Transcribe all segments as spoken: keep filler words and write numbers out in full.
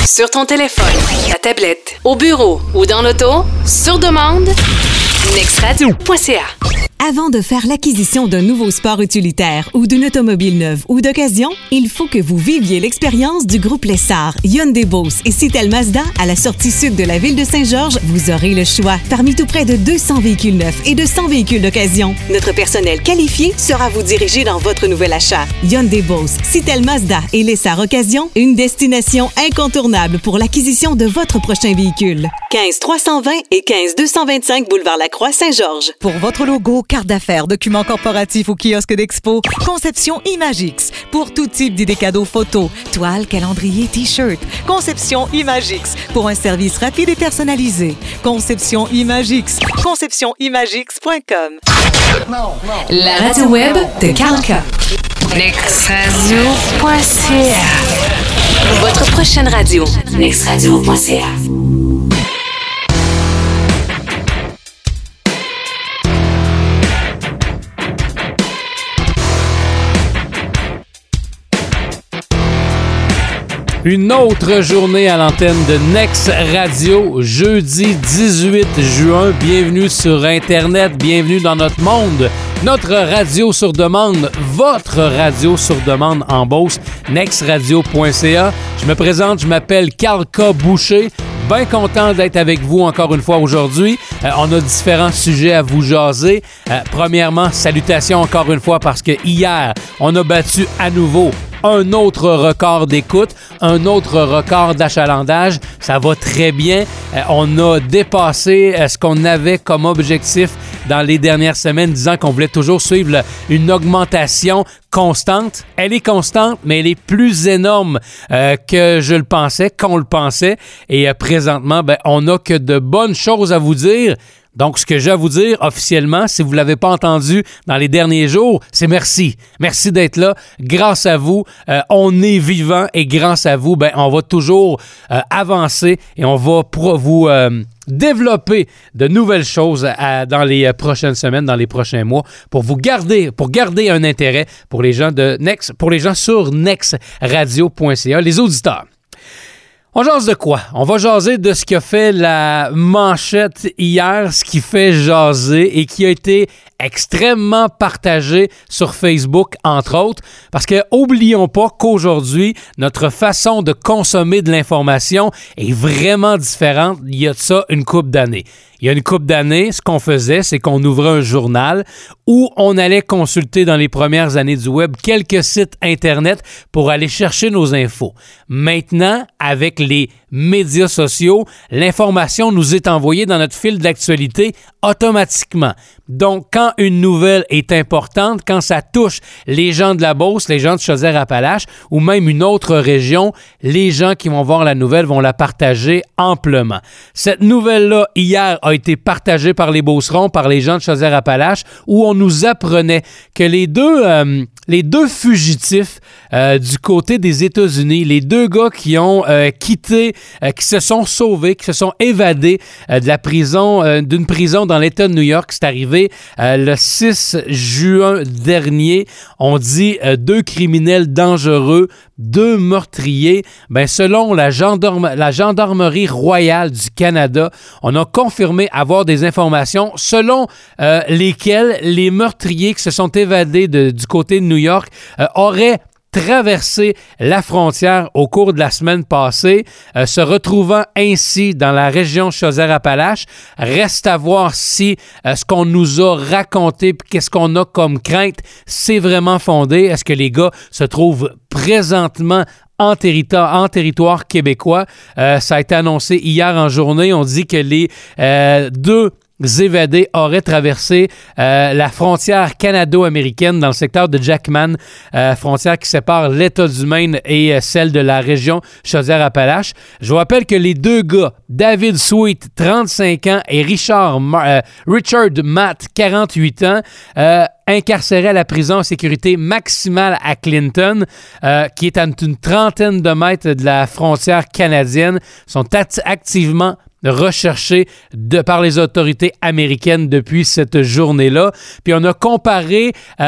Sur ton téléphone, ta tablette, au bureau ou dans l'auto, sur demande, nextradio point c a. Avant de faire l'acquisition d'un nouveau sport utilitaire ou d'une automobile neuve ou d'occasion, il faut que vous viviez l'expérience du groupe Lessard, Hyundai-Boss et Citel Mazda à la sortie sud de la ville de Saint-Georges. Vous aurez le choix parmi tout près de deux cents véhicules neufs et de cent véhicules d'occasion. Notre personnel qualifié sera vous diriger dans votre nouvel achat. Hyundai-Boss, Citel Mazda et Lessard Occasion, une destination incontournable pour l'acquisition de votre prochain véhicule. quinze trois cent vingt et quinze deux cent vingt-cinq boulevard Lacroix, Saint-Georges. Pour votre logo, carte d'affaires, documents corporatifs ou kiosque d'expo, Conception Imagix. Pour tout type d'idées cadeaux photos, toiles, calendrier, t-shirt. Conception Imagix. Pour un service rapide et personnalisé. Conception Imagix. conception imagix point com. La radio web de Kalka. nextradio point c a. Votre prochaine radio. nextradio point c a. Une autre journée à l'antenne de Next Radio, jeudi dix-huit juin. Bienvenue sur Internet, bienvenue dans notre monde. Notre radio sur demande, votre radio sur demande en Beauce, nextradio point c a. Je me présente, je m'appelle Kalka Boucher. Bien content d'être avec vous encore une fois aujourd'hui. Euh, on a différents sujets à vous jaser. Euh, premièrement, salutations encore une fois parce que hier, on a battu à nouveau un autre record d'écoute, un autre record d'achalandage. Ça va très bien. Euh, on a dépassé euh, ce qu'on avait comme objectif dans les dernières semaines, disant qu'on voulait toujours suivre le, une augmentation constante. Elle est constante, mais elle est plus énorme euh, que je le pensais, qu'on le pensait. Et euh, présentement, ben, on n'a que de bonnes choses à vous dire. Donc, ce que j'ai à vous dire officiellement, si vous ne l'avez pas entendu dans les derniers jours, c'est merci. Merci d'être là. Grâce à vous, euh, on est vivant et grâce à vous, ben, on va toujours euh, avancer et on va pro- vous euh, développer de nouvelles choses à, dans les prochaines semaines, dans les prochains mois, pour vous garder, pour garder un intérêt pour les gens de Next, pour les gens sur nextradio point c a, les auditeurs. On jase de quoi? On va jaser de ce qui a fait la manchette hier, ce qui fait jaser et qui a été extrêmement partagé sur Facebook, entre autres, parce que oublions pas qu'aujourd'hui, notre façon de consommer de l'information est vraiment différente il y a de ça une couple d'années. Il y a une couple d'années, ce qu'on faisait, c'est qu'on ouvrait un journal où on allait consulter dans les premières années du web quelques sites Internet pour aller chercher nos infos. Maintenant, avec les médias sociaux, l'information nous est envoyée dans notre fil d'actualité automatiquement. Donc, quand une nouvelle est importante, quand ça touche les gens de la Beauce, les gens de Chaudière-Appalaches ou même une autre région, les gens qui vont voir la nouvelle vont la partager amplement. Cette nouvelle-là, hier, a été partagée par les Beaucerons, par les gens de Chaudière-Appalaches, où on nous apprenait que les deux, euh, les deux fugitifs euh, du côté des États-Unis, les deux gars qui ont euh, quitté, euh, qui se sont sauvés, qui se sont évadés euh, de la prison, euh, d'une prison dans l'État de New York, c'est arrivé euh, le six juin dernier. On dit euh, deux criminels dangereux, deux meurtriers. Ben, selon la, gendarme, la Gendarmerie royale du Canada, on a confirmé avoir des informations selon euh, lesquelles les meurtriers qui se sont évadés de, du côté de New York euh, auraient traversé la frontière au cours de la semaine passée, euh, se retrouvant ainsi dans la région Chaudière-Appalaches. Reste à voir si euh, ce qu'on nous a raconté puis qu'est-ce qu'on a comme crainte, c'est vraiment fondé. Est-ce que les gars se trouvent présentement en territoire, en territoire québécois? Euh, ça a été annoncé hier en journée. On dit que les euh, deux évadés auraient traversé euh, la frontière canado-américaine dans le secteur de Jackman, euh, frontière qui sépare l'État du Maine et euh, celle de la région Chaudière-Appalaches. Je vous rappelle que les deux gars, David Sweet, trente-cinq ans, et Richard, euh, Richard Matt, quarante-huit ans, euh, incarcérés à la prison en sécurité maximale à Clinton, euh, qui est à une trentaine de mètres de la frontière canadienne, sont act- activement recherchés de, par les autorités américaines depuis cette journée-là. Puis on a comparé euh,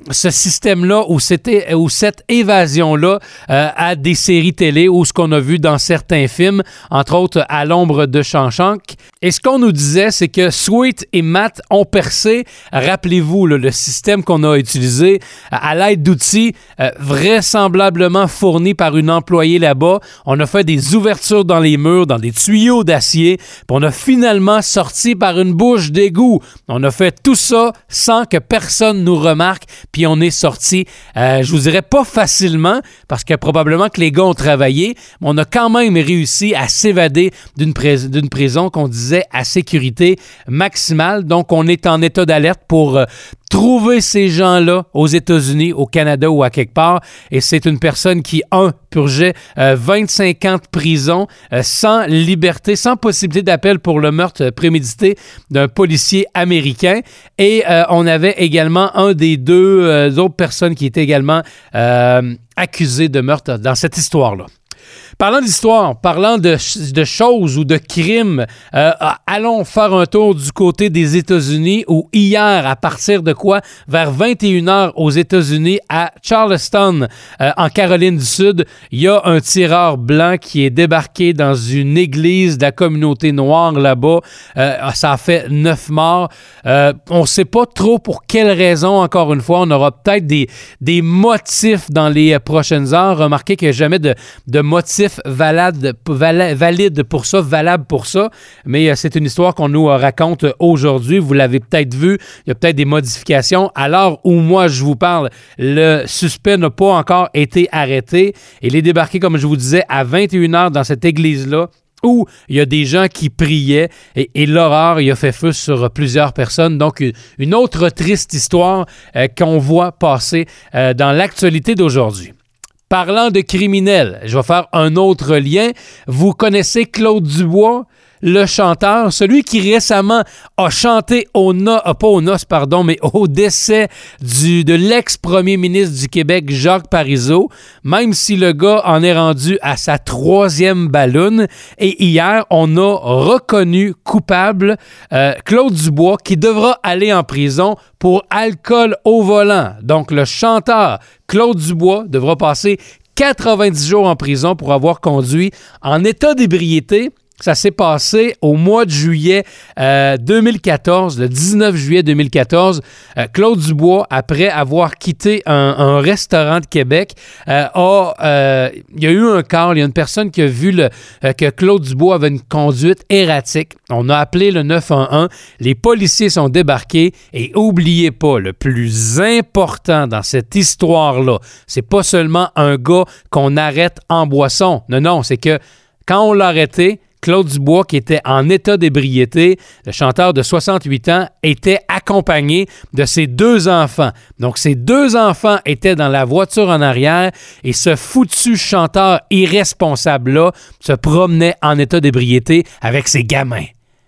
ce système-là ou, c'était, ou cette évasion-là euh, à des séries télé ou ce qu'on a vu dans certains films, entre autres À l'ombre de Shawshank. Et ce qu'on nous disait, c'est que Sweet et Matt ont percé, rappelez-vous, là, le système qu'on a utilisé à l'aide d'outils euh, vraisemblablement fournis par une employée là-bas. On a fait des ouvertures dans les murs, dans des tuyaux d'acier, puis on a finalement sorti par une bouche d'égout. On a fait tout ça sans que personne nous remarque, puis on est sorti, euh, je vous dirais pas facilement, parce que probablement que les gars ont travaillé, mais on a quand même réussi à s'évader d'une, pris- d'une prison qu'on disait à sécurité maximale. Donc, on est en état d'alerte pour euh, trouver ces gens-là aux États-Unis, au Canada ou à quelque part. Et c'est une personne qui, un, purgeait euh, vingt-cinq ans de prison euh, sans liberté, sans possibilité d'appel pour le meurtre prémédité d'un policier américain. Et euh, on avait également un des deux euh, autres personnes qui étaient également euh, accusées de meurtre dans cette histoire-là. Parlant d'histoire, parlant de, de choses ou de crimes, euh, allons faire un tour du côté des États-Unis où hier, à partir de quoi, vers vingt et une heures aux États-Unis, à Charleston, euh, en Caroline du Sud, il y a un tireur blanc qui est débarqué dans une église de la communauté noire là-bas. Euh, ça a fait neuf morts. Euh, on ne sait pas trop pour quelles raisons, encore une fois. On aura peut-être des, des motifs dans les prochaines heures. Remarquez qu'il n'y a jamais de, de motifs valide, valide pour ça, valable pour ça, mais euh, c'est une histoire qu'on nous euh, raconte aujourd'hui. Vous l'avez peut-être vu, il y a peut-être des modifications. À l'heure où moi je vous parle, le suspect n'a pas encore été arrêté. Il est débarqué, comme je vous disais, à vingt et une heures dans cette église-là, où il y a des gens qui priaient et, et l'horreur, il a fait feu sur plusieurs personnes. Donc, une, une autre triste histoire euh, qu'on voit passer euh, dans l'actualité d'aujourd'hui. Parlant de criminels, je vais faire un autre lien. Vous connaissez Claude Dubois, le chanteur, celui qui récemment a chanté au no, euh, pas aux noces, pardon, mais au décès du, de l'ex-premier ministre du Québec, Jacques Parizeau, même si le gars en est rendu à sa troisième balloune. Et hier, on a reconnu coupable euh, Claude Dubois, qui devra aller en prison pour alcool au volant. Donc, le chanteur Claude Dubois devra passer quatre-vingt-dix jours en prison pour avoir conduit en état d'ébriété. Ça s'est passé au mois de juillet euh, deux mille quatorze, le dix-neuf juillet deux mille quatorze. Euh, Claude Dubois, après avoir quitté un, un restaurant de Québec, euh, a, euh, il y a eu un cas, il y a une personne qui a vu le, euh, que Claude Dubois avait une conduite erratique. On a appelé le neuf un un, les policiers sont débarqués et oubliez pas, le plus important dans cette histoire-là, c'est pas seulement un gars qu'on arrête en boisson. Non, non, c'est que quand on l'a arrêté, Claude Dubois, qui était en état d'ébriété, le chanteur de soixante-huit ans, était accompagné de ses deux enfants. Donc, ses deux enfants étaient dans la voiture en arrière et ce foutu chanteur irresponsable-là se promenait en état d'ébriété avec ses gamins.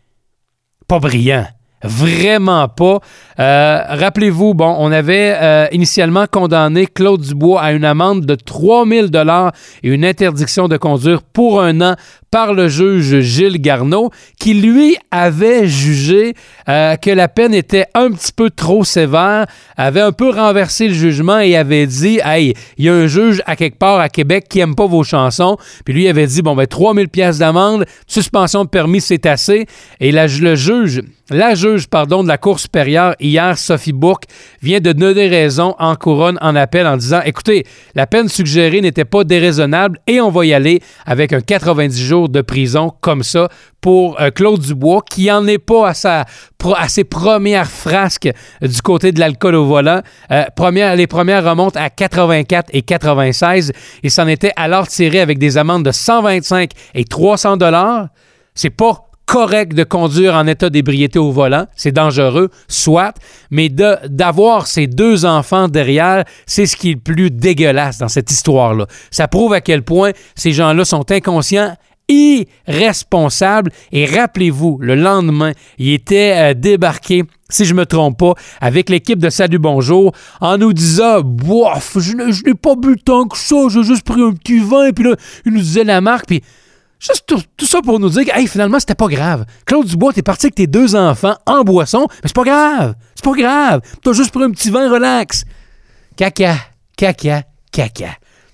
Pas brillant. Vraiment pas. Euh, rappelez-vous, bon, on avait euh, initialement condamné Claude Dubois à une amende de trois mille dollars et une interdiction de conduire pour un an par le juge Gilles Garneau, qui lui avait jugé euh, que la peine était un petit peu trop sévère, avait un peu renversé le jugement et avait dit « Hey, il y a un juge à quelque part à Québec qui aime pas vos chansons. » Puis lui avait dit « Bon, ben trois mille dollars d'amende, suspension de permis, c'est assez. » Et la, le juge... La juge pardon, de la Cour supérieure, hier, Sophie Bourque, vient de donner raison en couronne en appel en disant « Écoutez, la peine suggérée n'était pas déraisonnable et on va y aller avec un quatre-vingt-dix jours de prison comme ça pour euh, Claude Dubois, qui n'en est pas à, sa, à ses premières frasques du côté de l'alcool au volant. Euh, première, les premières remontent à quatre-vingt-quatre et quatre-vingt-seize et s'en était alors tiré avec des amendes de cent vingt-cinq et trois cents dollars. C'est pas correct de conduire en état d'ébriété au volant, c'est dangereux, soit, mais de, d'avoir ces deux enfants derrière, c'est ce qui est le plus dégueulasse dans cette histoire-là. Ça prouve à quel point ces gens-là sont inconscients, irresponsables, et rappelez-vous, le lendemain, il était euh, débarqué, si je ne me trompe pas, avec l'équipe de Salut Bonjour, en nous disant « Bof, je, je n'ai pas bu tant que ça, j'ai juste pris un petit vin, puis là, il nous disait la marque, puis juste tout, tout ça pour nous dire que hey, finalement, c'était pas grave. Claude Dubois, t'es parti avec tes deux enfants en boisson, mais c'est pas grave. C'est pas grave. T'as juste pris un petit vin, relax. » Caca, caca, caca.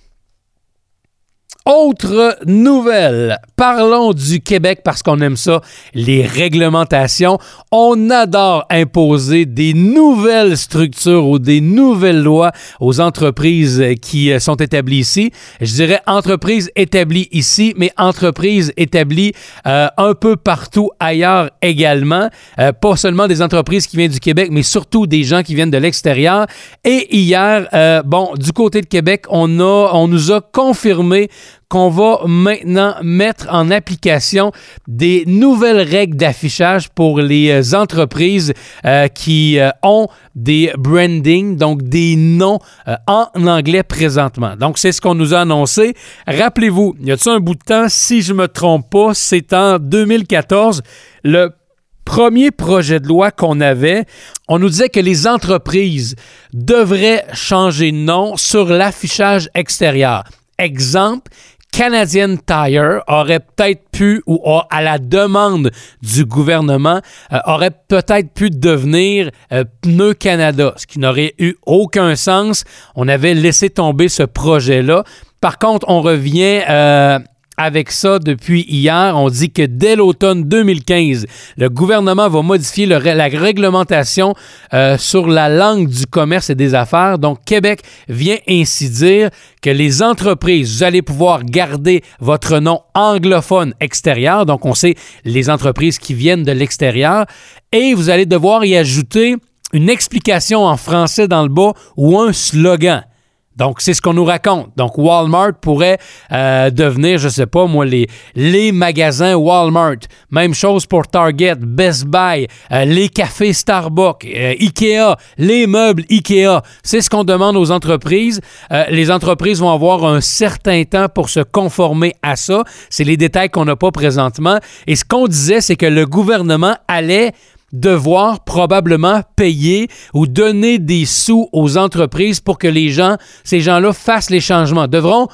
Autre nouvelle, parlons du Québec parce qu'on aime ça, les réglementations. On adore imposer des nouvelles structures ou des nouvelles lois aux entreprises qui sont établies ici. Je dirais entreprises établies ici, mais entreprises établies euh, un peu partout ailleurs également. Euh, pas seulement des entreprises qui viennent du Québec, mais surtout des gens qui viennent de l'extérieur. Et hier, euh, bon, du côté de Québec, on a, on nous a confirmé qu'on va maintenant mettre en application des nouvelles règles d'affichage pour les entreprises euh, qui euh, ont des branding, donc des noms euh, en anglais présentement. Donc, c'est ce qu'on nous a annoncé. Rappelez-vous, il y a un bout de temps, si je ne me trompe pas, c'est en deux mille quatorze, le premier projet de loi qu'on avait, on nous disait que les entreprises devraient changer de nom sur l'affichage extérieur. Exemple, Canadian Tire aurait peut-être pu, ou à la demande du gouvernement, euh, aurait peut-être pu devenir euh, Pneus Canada, ce qui n'aurait eu aucun sens. On avait laissé tomber ce projet-là. Par contre, on revient euh, avec ça depuis hier. On dit que dès l'automne deux mille quinze, le gouvernement va modifier le, la réglementation euh, sur la langue du commerce et des affaires. Donc, Québec vient ainsi dire que les entreprises, vous allez pouvoir garder votre nom anglophone extérieur. Donc, on sait les entreprises qui viennent de l'extérieur. Et vous allez devoir y ajouter une explication en français dans le bas ou un slogan. Donc, c'est ce qu'on nous raconte. Donc, Walmart pourrait euh, devenir, je sais pas moi, les, les magasins Walmart. Même chose pour Target, Best Buy, euh, les cafés Starbucks, euh, Ikea, les meubles Ikea. C'est ce qu'on demande aux entreprises. Euh, les entreprises vont avoir un certain temps pour se conformer à ça. C'est les détails qu'on n'a pas présentement. Et ce qu'on disait, c'est que le gouvernement allait devoir probablement payer ou donner des sous aux entreprises pour que les gens, ces gens-là fassent les changements. Devront,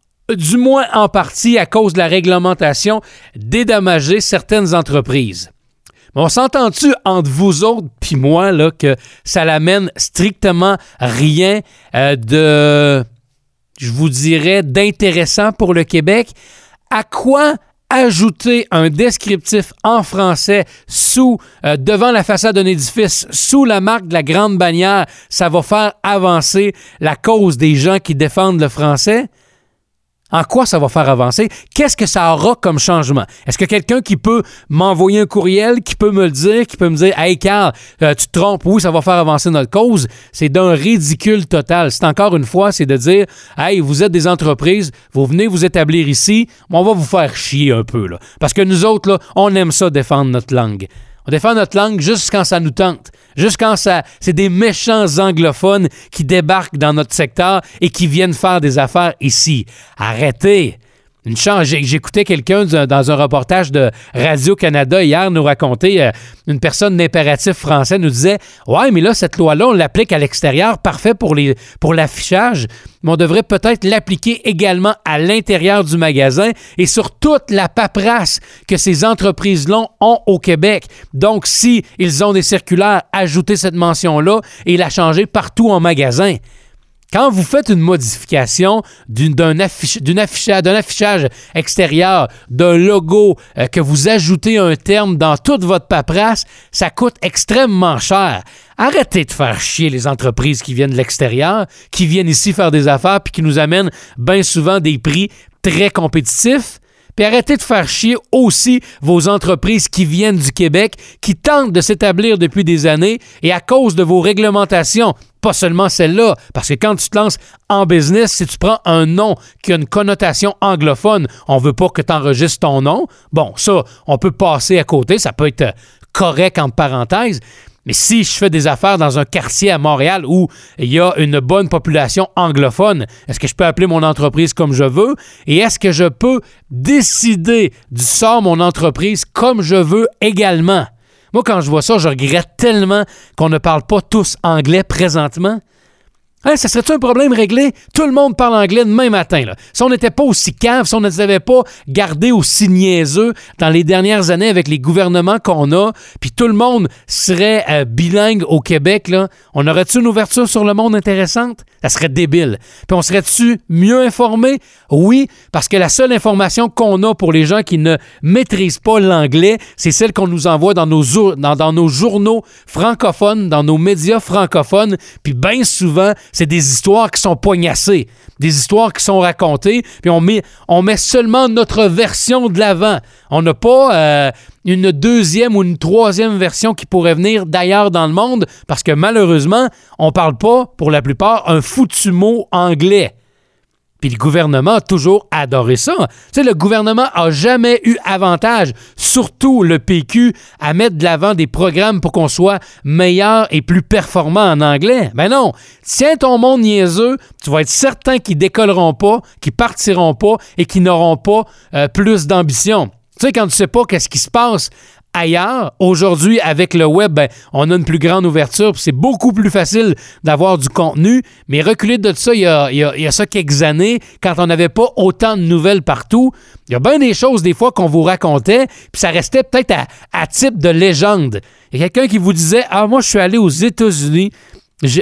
du moins en partie à cause de la réglementation, dédommager certaines entreprises. Mais on s'entend-tu entre vous autres puis moi là, que ça n'amène strictement rien euh, de, je vous dirais, d'intéressant pour le Québec? À quoi ajouter un descriptif en français sous, euh, devant la façade d'un édifice, sous la marque de la grande bannière, ça va faire avancer la cause des gens qui défendent le français? En quoi ça va faire avancer? Qu'est-ce que ça aura comme changement? Est-ce que quelqu'un qui peut m'envoyer un courriel, qui peut me le dire, qui peut me dire « Hey Carl, euh, tu te trompes, oui, ça va faire avancer notre cause », c'est d'un ridicule total. C'est encore une fois, c'est de dire « Hey, vous êtes des entreprises, vous venez vous établir ici, on va vous faire chier un peu. » là. Parce que nous autres, là, on aime ça défendre notre langue. On défend notre langue juste quand ça nous tente. Juste quand ça, c'est des méchants anglophones qui débarquent dans notre secteur et qui viennent faire des affaires ici. Arrêtez! Une chance, j'écoutais quelqu'un dans un reportage de Radio-Canada hier nous raconter, euh, une personne d'impératif français nous disait « Ouais, mais là, cette loi-là, on l'applique à l'extérieur, parfait pour, les, pour l'affichage, mais on devrait peut-être l'appliquer également à l'intérieur du magasin et sur toute la paperasse que ces entreprises-là ont au Québec. Donc, si ils ont des circulaires, ajoutez cette mention-là et la changer partout en magasin. » Quand vous faites une modification d'une, d'un, affiche, d'une affichage, d'un affichage extérieur, d'un logo, euh, que vous ajoutez un terme dans toute votre paperasse, ça coûte extrêmement cher. Arrêtez de faire chier les entreprises qui viennent de l'extérieur, qui viennent ici faire des affaires puis qui nous amènent bien souvent des prix très compétitifs. Puis arrêtez de faire chier aussi vos entreprises qui viennent du Québec, qui tentent de s'établir depuis des années et à cause de vos réglementations, pas seulement celle-là, parce que quand tu te lances en business, si tu prends un nom qui a une connotation anglophone, on veut pas que tu enregistres ton nom. Bon, ça, on peut passer à côté, ça peut être correct entre parenthèses. Mais si je fais des affaires dans un quartier à Montréal où il y a une bonne population anglophone, est-ce que je peux appeler mon entreprise comme je veux? Et est-ce que je peux décider du sort de mon entreprise comme je veux également? Moi, quand je vois ça, je regrette tellement qu'on ne parle pas tous anglais présentement. Hein, ça serait-tu un problème réglé? Tout le monde parle anglais demain matin. Là. Si on n'était pas aussi cave, si on ne les avait pas gardés aussi niaiseux dans les dernières années avec les gouvernements qu'on a, puis tout le monde serait euh, bilingue au Québec, là, on aurait-tu une ouverture sur le monde intéressante? Ça serait débile. Puis on serait-tu mieux informé? Oui, parce que la seule information qu'on a pour les gens qui ne maîtrisent pas l'anglais, c'est celle qu'on nous envoie dans nos, dans, dans nos journaux francophones, dans nos médias francophones, puis bien souvent, c'est des histoires qui sont poignassées, des histoires qui sont racontées, puis on met, on met seulement notre version de l'avant. On n'a pas euh, une deuxième ou une troisième version qui pourrait venir d'ailleurs dans le monde, parce que malheureusement, on ne parle pas, pour la plupart, un foutu mot anglais. Puis le gouvernement a toujours adoré ça. Tu sais, le gouvernement a jamais eu avantage, surtout le P Q, à mettre de l'avant des programmes pour qu'on soit meilleur et plus performant en anglais. Ben non, tiens ton monde niaiseux, tu vas être certain qu'ils décolleront pas, qu'ils partiront pas et qu'ils n'auront pas euh, plus d'ambition. Tu sais, quand tu sais pas qu'est-ce qui se passe ailleurs, aujourd'hui, avec le web, ben, on a une plus grande ouverture, puis c'est beaucoup plus facile d'avoir du contenu, mais reculer de ça, il y a, il y a, il y a ça quelques années, quand on n'avait pas autant de nouvelles partout, il y a bien des choses, des fois, qu'on vous racontait, puis ça restait peut-être à, à type de légende. Il y a quelqu'un qui vous disait « Ah, moi, je suis allé aux États-Unis, je...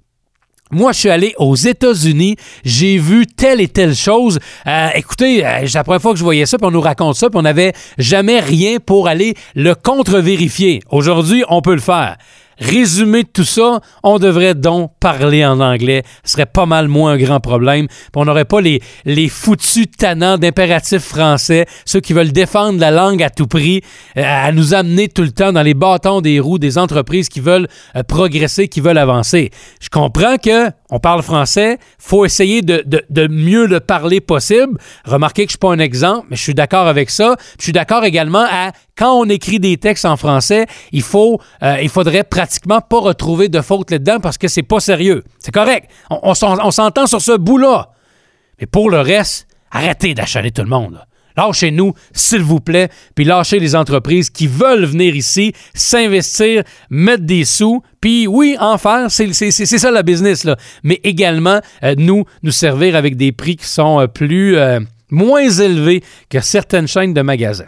Moi, je suis allé aux États-Unis, j'ai vu telle et telle chose. Euh, écoutez, euh, c'est la première fois que je voyais ça, puis on nous raconte ça, puis on n'avait jamais rien pour aller le contre-vérifier. Aujourd'hui, on peut le faire. Résumé de tout ça, on devrait donc parler en anglais. Ce serait pas mal moins un grand problème. Puis on n'aurait pas les, les foutus tannants d'impératifs français, ceux qui veulent défendre la langue à tout prix, euh, à nous amener tout le temps dans les bâtons des roues des entreprises qui veulent euh, progresser, qui veulent avancer. Je comprends que on parle français, faut essayer de, de, de mieux le parler possible. Remarquez que je ne suis pas un exemple, mais je suis d'accord avec ça. Je suis d'accord également à, quand on écrit des textes en français, il faut, euh, il faudrait pratiquement pas retrouver de fautes là-dedans parce que c'est pas sérieux. C'est correct. On, on, on s'entend sur ce bout-là. Mais pour le reste, arrêtez d'achaler tout le monde, là. Lâchez-nous, s'il vous plaît, puis lâchez les entreprises qui veulent venir ici, s'investir, mettre des sous, puis oui, en faire, c'est, c'est, c'est, c'est ça la business, là. Mais également, euh, nous, nous servir avec des prix qui sont euh, plus, euh, moins élevés que certaines chaînes de magasins.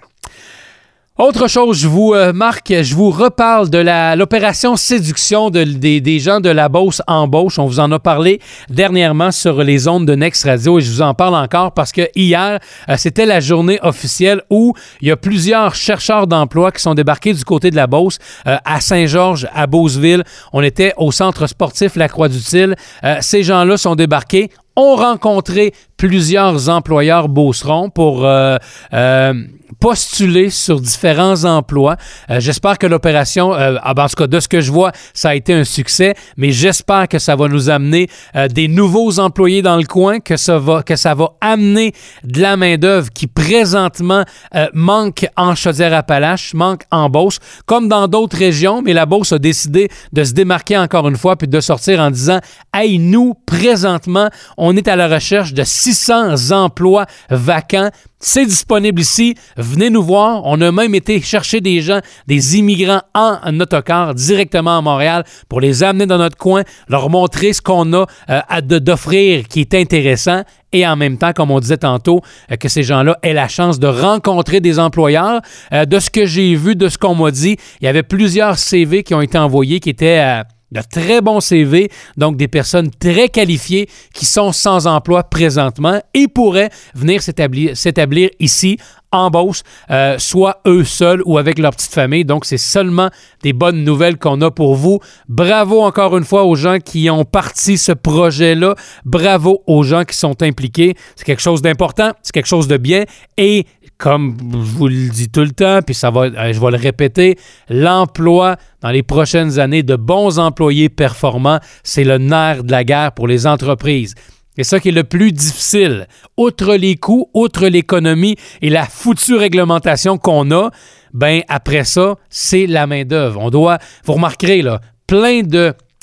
Autre chose, je vous euh, marque, je vous reparle de la, l'opération séduction de, des, des gens de la Beauce embauche. On vous en a parlé dernièrement sur les ondes de Next Radio et je vous en parle encore parce que hier, euh, c'était la journée officielle où il y a plusieurs chercheurs d'emploi qui sont débarqués du côté de la Beauce, euh, à Saint-Georges, à Beauceville. On était au centre sportif La Croix-du-Til. Euh, ces gens-là sont débarqués, ont rencontré plusieurs employeurs beaucerons pour euh, euh, postuler sur différents emplois. Euh, j'espère que l'opération, euh, en tout cas de ce que je vois, ça a été un succès, mais j'espère que ça va nous amener euh, des nouveaux employés dans le coin, que ça va, que ça va amener de la main-d'œuvre qui présentement euh, manque en Chaudière-Appalaches, manque en Beauce, comme dans d'autres régions, mais la Beauce a décidé de se démarquer encore une fois puis de sortir en disant « Hey, nous, présentement, on est à la recherche de six cents emplois vacants. C'est disponible ici. Venez nous voir. On a même été chercher des gens, des immigrants en autocar directement à Montréal pour les amener dans notre coin, leur montrer ce qu'on a euh, à de, d'offrir qui est intéressant et en même temps, comme on disait tantôt, euh, que ces gens-là aient la chance de rencontrer des employeurs. Euh, de ce que j'ai vu, de ce qu'on m'a dit, il y avait plusieurs C V qui ont été envoyés qui étaient... Euh, de très bons C V, donc des personnes très qualifiées qui sont sans emploi présentement et pourraient venir s'établir, s'établir ici en Beauce, euh, soit eux seuls ou avec leur petite famille. Donc, c'est seulement des bonnes nouvelles qu'on a pour vous. Bravo encore une fois aux gens qui ont parti ce projet-là. Bravo aux gens qui sont impliqués. C'est quelque chose d'important, c'est quelque chose de bien et comme je vous le dis tout le temps, puis ça va, je vais le répéter, l'emploi dans les prochaines années de bons employés performants, c'est le nerf de la guerre pour les entreprises. C'est ça qui est le plus difficile. Outre les coûts, outre l'économie et la foutue réglementation qu'on a, ben après ça, c'est la main-d'œuvre. On doit, vous remarquerez, là, plein de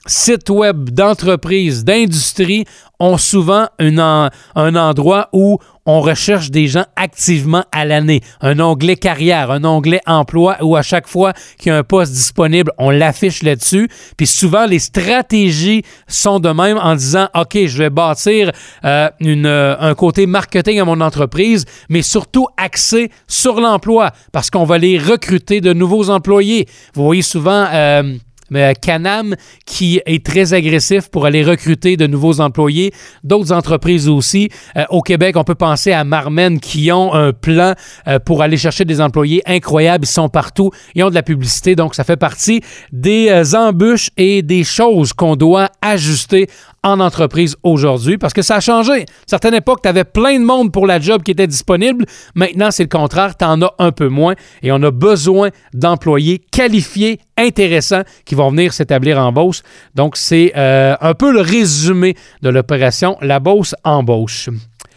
sites web d'entreprises, d'industrie ont souvent une en, un endroit où on recherche des gens activement à l'année. Un onglet carrière, un onglet emploi où à chaque fois qu'il y a un poste disponible, on l'affiche là-dessus. Puis souvent, les stratégies sont de même en disant « OK, je vais bâtir euh, une, euh, un côté marketing à mon entreprise, mais surtout axé sur l'emploi parce qu'on va aller recruter de nouveaux employés. » Vous voyez souvent... Euh, Mais Canam qui est très agressif pour aller recruter de nouveaux employés, d'autres entreprises aussi. Euh, au Québec, on peut penser à Marmen qui ont un plan euh, pour aller chercher des employés incroyables. Ils sont partout, ils ont de la publicité, donc ça fait partie des euh, embûches et des choses qu'on doit ajuster en entreprise aujourd'hui parce que ça a changé. À une certaine époque, tu avais plein de monde pour la job qui était disponible. Maintenant, c'est le contraire, tu en as un peu moins et on a besoin d'employés qualifiés, intéressants qui vont venir s'établir en Beauce. Donc, c'est euh, un peu le résumé de l'opération La Beauce embauche.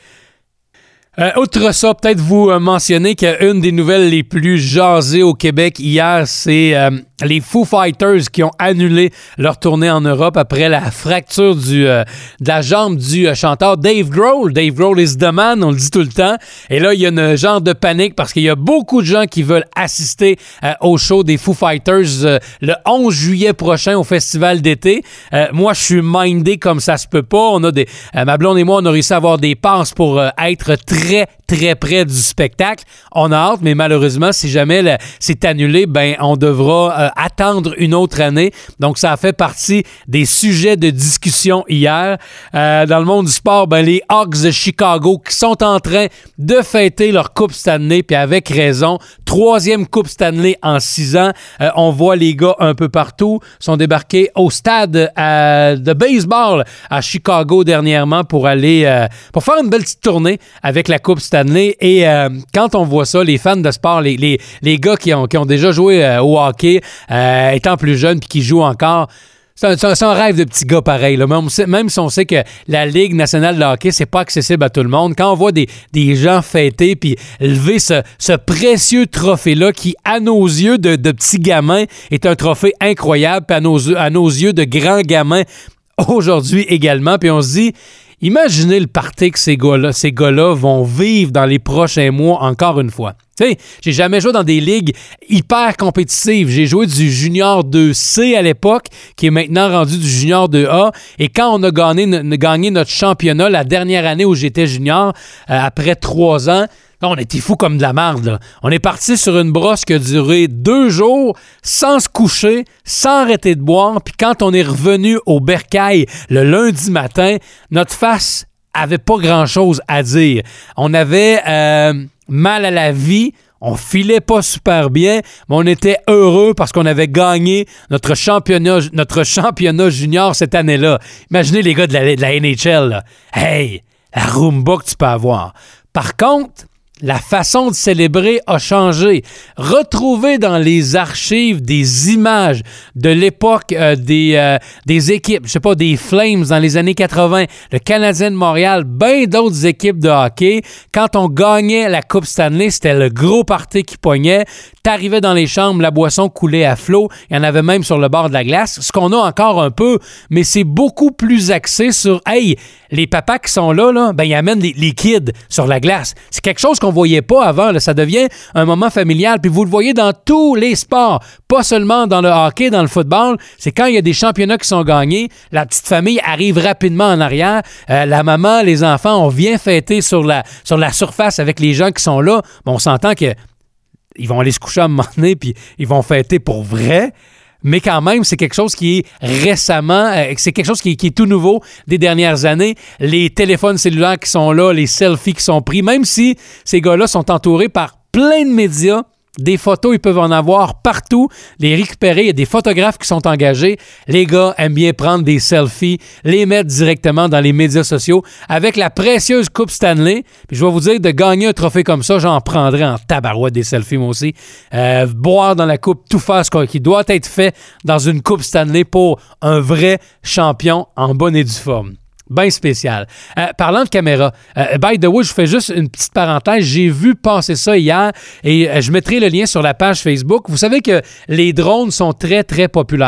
Euh, outre ça, peut-être vous euh, mentionner qu'une des nouvelles les plus jasées au Québec hier, c'est euh, les Foo Fighters qui ont annulé leur tournée en Europe après la fracture du, euh, de la jambe du euh, chanteur Dave Grohl. Dave Grohl is the man, on le dit tout le temps. Et là, il y a un genre de panique parce qu'il y a beaucoup de gens qui veulent assister euh, au show des Foo Fighters euh, le onze juillet prochain au festival d'été. Euh, moi, je suis mindé comme ça se peut pas. On a des, euh, ma blonde et moi, on a réussi à avoir des passes pour euh, être très très, très près du spectacle. On a hâte, mais malheureusement, si jamais le, c'est annulé, ben on devra euh, attendre une autre année. Donc, ça a fait partie des sujets de discussion hier. Euh, dans le monde du sport, ben, les Hawks de Chicago qui sont en train de fêter leur Coupe Stanley, puis avec raison. Troisième Coupe Stanley en six ans. Euh, on voit les gars un peu partout. Sont débarqués au stade euh, de baseball à Chicago dernièrement pour aller euh, pour faire une belle petite tournée avec la Coupe Stanley. Et euh, quand on voit ça, les fans de sport, les, les, les gars qui ont, qui ont déjà joué euh, au hockey, euh, étant plus jeunes puis qui jouent encore, c'est un, c'est un rêve de petit gars pareil. Là. Même, même si on sait que la Ligue nationale de hockey, c'est pas accessible à tout le monde, quand on voit des, des gens fêter puis lever ce, ce précieux trophée-là qui, à nos yeux de, de petits gamins, est un trophée incroyable, puis à nos, à nos yeux de grands gamins aujourd'hui également, puis on se dit... Imaginez le party que ces gars-là, ces gars-là vont vivre dans les prochains mois encore une fois. Tu sais, j'ai jamais joué dans des ligues hyper compétitives. J'ai joué du Junior deux C à l'époque, qui est maintenant rendu du Junior deux A. Et quand on a gagné, gagné notre championnat la dernière année où j'étais junior, euh, après trois ans, on était fous comme de la merde, là. On est parti sur une brosse qui a duré deux jours, sans se coucher, sans arrêter de boire. Puis quand on est revenu au bercail le lundi matin, notre face avait pas grand-chose à dire. On avait euh, mal à la vie. On filait pas super bien, mais on était heureux parce qu'on avait gagné notre championnat, notre championnat junior cette année-là. Imaginez les gars de la, de la N H L, là. Hey, la rumba que tu peux avoir. Par contre, la façon de célébrer a changé. Retrouver dans les archives des images de l'époque euh, des, euh, des équipes, je sais pas, des Flames dans les années quatre-vingts, le Canadien de Montréal, bien d'autres équipes de hockey. Quand on gagnait la Coupe Stanley, c'était le gros party qui pognait. T'arrivais dans les chambres, la boisson coulait à flot. Il y en avait même sur le bord de la glace. Ce qu'on a encore un peu, mais c'est beaucoup plus axé sur, hey, les papas qui sont là, là ben, ils amènent les, les kids sur la glace. C'est quelque chose qu'on voyait pas avant. Là. Ça devient un moment familial. Puis vous le voyez dans tous les sports, pas seulement dans le hockey, dans le football. C'est quand il y a des championnats qui sont gagnés, la petite famille arrive rapidement en arrière. Euh, la maman, les enfants, on vient fêter sur la, sur la surface avec les gens qui sont là. Bon, on s'entend que ils vont aller se coucher à un moment donné puis ils vont fêter pour vrai. Mais quand même, c'est quelque chose qui est récemment, euh, c'est quelque chose qui est, qui est tout nouveau des dernières années. Les téléphones cellulaires qui sont là, les selfies qui sont pris, même si ces gars-là sont entourés par plein de médias, des photos, ils peuvent en avoir partout, les récupérer. Il y a des photographes qui sont engagés. Les gars aiment bien prendre des selfies, les mettre directement dans les médias sociaux avec la précieuse Coupe Stanley. Puis je vais vous dire, de gagner un trophée comme ça, j'en prendrais en tabarouette des selfies, moi aussi. Euh, boire dans la coupe, tout faire ce qui doit être fait dans une Coupe Stanley pour un vrai champion en bonne et due forme. Bien spécial. Euh, parlant de caméra, euh, by the way, je fais juste une petite parenthèse. J'ai vu passer ça hier et euh, je mettrai le lien sur la page Facebook. Vous savez que les drones sont très, très populaires.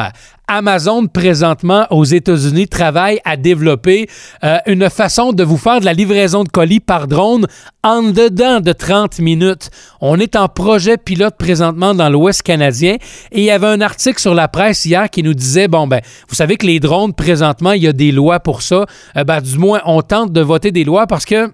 Amazon, présentement, aux États-Unis, travaille à développer euh, une façon de vous faire de la livraison de colis par drone en dedans de trente minutes. On est en projet pilote présentement dans l'Ouest canadien et il y avait un article sur la presse hier qui nous disait, bon, ben, vous savez que les drones, présentement, il y a des lois pour ça. Euh, ben, du moins, on tente de voter des lois parce que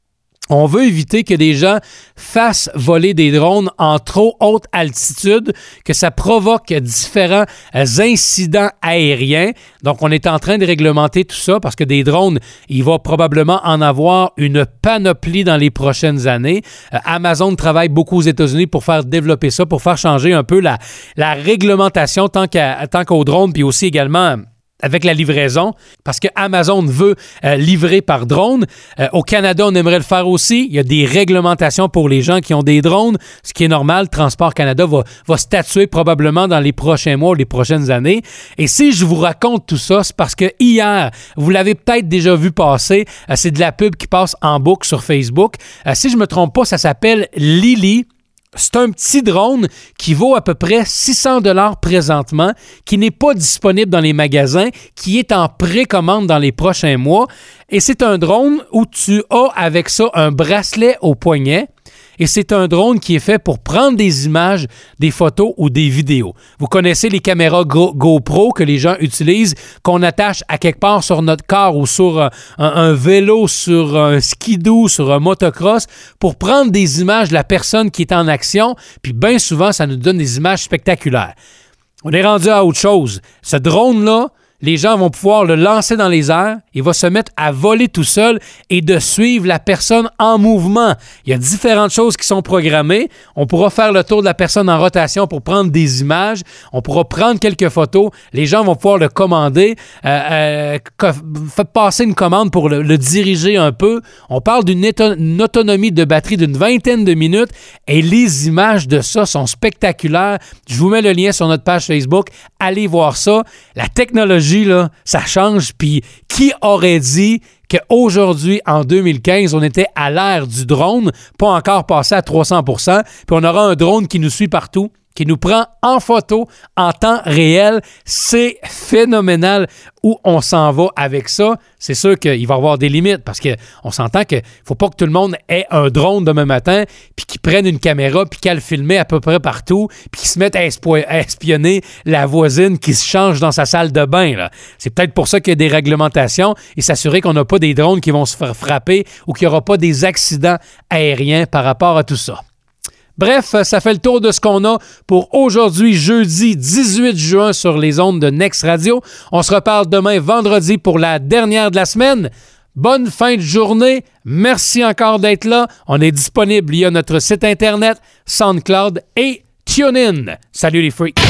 on veut éviter que des gens fassent voler des drones en trop haute altitude, que ça provoque différents incidents aériens. Donc, on est en train de réglementer tout ça parce que des drones, il va probablement en avoir une panoplie dans les prochaines années. Euh, Amazon travaille beaucoup aux États-Unis pour faire développer ça, pour faire changer un peu la, la réglementation tant qu'à, tant qu'aux drones, puis aussi également avec la livraison, parce que Amazon veut euh, livrer par drone. Euh, au Canada, on aimerait le faire aussi. Il y a des réglementations pour les gens qui ont des drones, ce qui est normal. Transport Canada va, va statuer probablement dans les prochains mois ou les prochaines années. Et si je vous raconte tout ça, c'est parce que hier, vous l'avez peut-être déjà vu passer, euh, c'est de la pub qui passe en boucle sur Facebook. Euh, si je ne me trompe pas, ça s'appelle Lily. C'est un petit drone qui vaut à peu près six cents dollars présentement, qui n'est pas disponible dans les magasins, qui est en précommande dans les prochains mois. Et c'est un drone où tu as avec ça un bracelet au poignet. Et c'est un drone qui est fait pour prendre des images, des photos ou des vidéos. Vous connaissez les caméras Go- GoPro que les gens utilisent, qu'on attache à quelque part sur notre corps ou sur un, un, un vélo, sur un skidoo, sur un motocross, pour prendre des images de la personne qui est en action. Puis bien souvent, ça nous donne des images spectaculaires. On est rendu à autre chose. Ce drone-là, les gens vont pouvoir le lancer dans les airs, il va se mettre à voler tout seul et de suivre la personne en mouvement. Il y a différentes choses qui sont programmées. On pourra faire le tour de la personne en rotation pour prendre des images. On pourra prendre quelques photos. Les gens vont pouvoir le commander, euh, euh, passer une commande pour le, le diriger un peu. On parle d'une éto- une autonomie de batterie d'une vingtaine de minutes et les images de ça sont spectaculaires. Je vous mets le lien sur notre page Facebook. Allez voir ça. La technologie, là, ça change. Puis qui aurait dit qu'aujourd'hui, en deux mille quinze, on était à l'ère du drone, pas encore passé à trois cents pour cent, puis on aura un drone qui nous suit partout, qui nous prend en photo en temps réel. C'est phénoménal où on s'en va avec ça. C'est sûr qu'il va y avoir des limites parce qu'on s'entend qu'il ne faut pas que tout le monde ait un drone demain matin puis qu'ils prennent une caméra puis qu'elle filme à peu près partout puis qu'ils se mettent à, espo- à espionner la voisine qui se change dans sa salle de bain, là. C'est peut-être pour ça qu'il y a des réglementations et s'assurer qu'on n'a pas des drones qui vont se faire frapper ou qu'il n'y aura pas des accidents aériens par rapport à tout ça. Bref, ça fait le tour de ce qu'on a pour aujourd'hui, jeudi dix-huit juin sur les ondes de Next Radio. On se reparle demain, vendredi, pour la dernière de la semaine. Bonne fin de journée. Merci encore d'être là. On est disponible via notre site Internet, SoundCloud et TuneIn. Salut les freaks.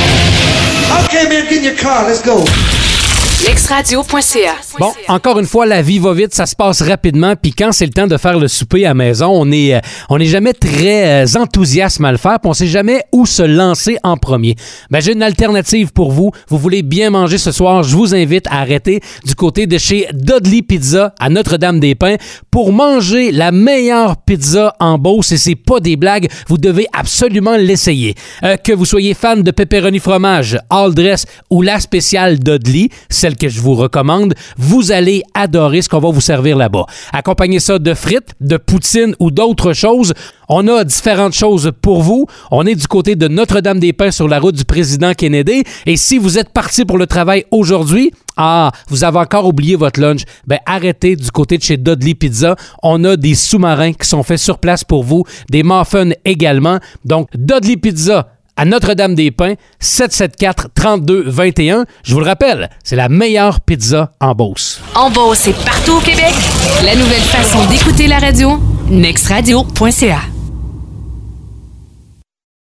OK, man, get in your car. Let's go. next radio point c a. Bon, encore une fois, la vie va vite, ça se passe rapidement, puis quand c'est le temps de faire le souper à la maison, on est, euh, on n'est jamais très euh, enthousiaste à le faire, puis on sait jamais où se lancer en premier. Ben, j'ai une alternative pour vous. Vous voulez bien manger ce soir, je vous invite à arrêter du côté de chez Dudley Pizza à Notre-Dame-des-Pins pour manger la meilleure pizza en Beauce, et c'est pas des blagues, vous devez absolument l'essayer. Euh, que vous soyez fan de pepperoni fromage, all dress ou la spéciale Dudley, celle que je vous recommande, vous allez adorer ce qu'on va vous servir là-bas. Accompagnez ça de frites, de poutine ou d'autres choses. On a différentes choses pour vous. On est du côté de Notre-Dame-des-Pins sur la route du président Kennedy. Et si vous êtes parti pour le travail aujourd'hui, ah, vous avez encore oublié votre lunch, ben arrêtez du côté de chez Dudley Pizza. On a des sous-marins qui sont faits sur place pour vous, des muffins également. Donc, Dudley Pizza à Notre-Dame-des-Pins, sept sept quatre, trente-deux vingt et un. Je vous le rappelle, c'est la meilleure pizza en Beauce. En Beauce et partout au Québec, la nouvelle façon d'écouter la radio, next radio point c a.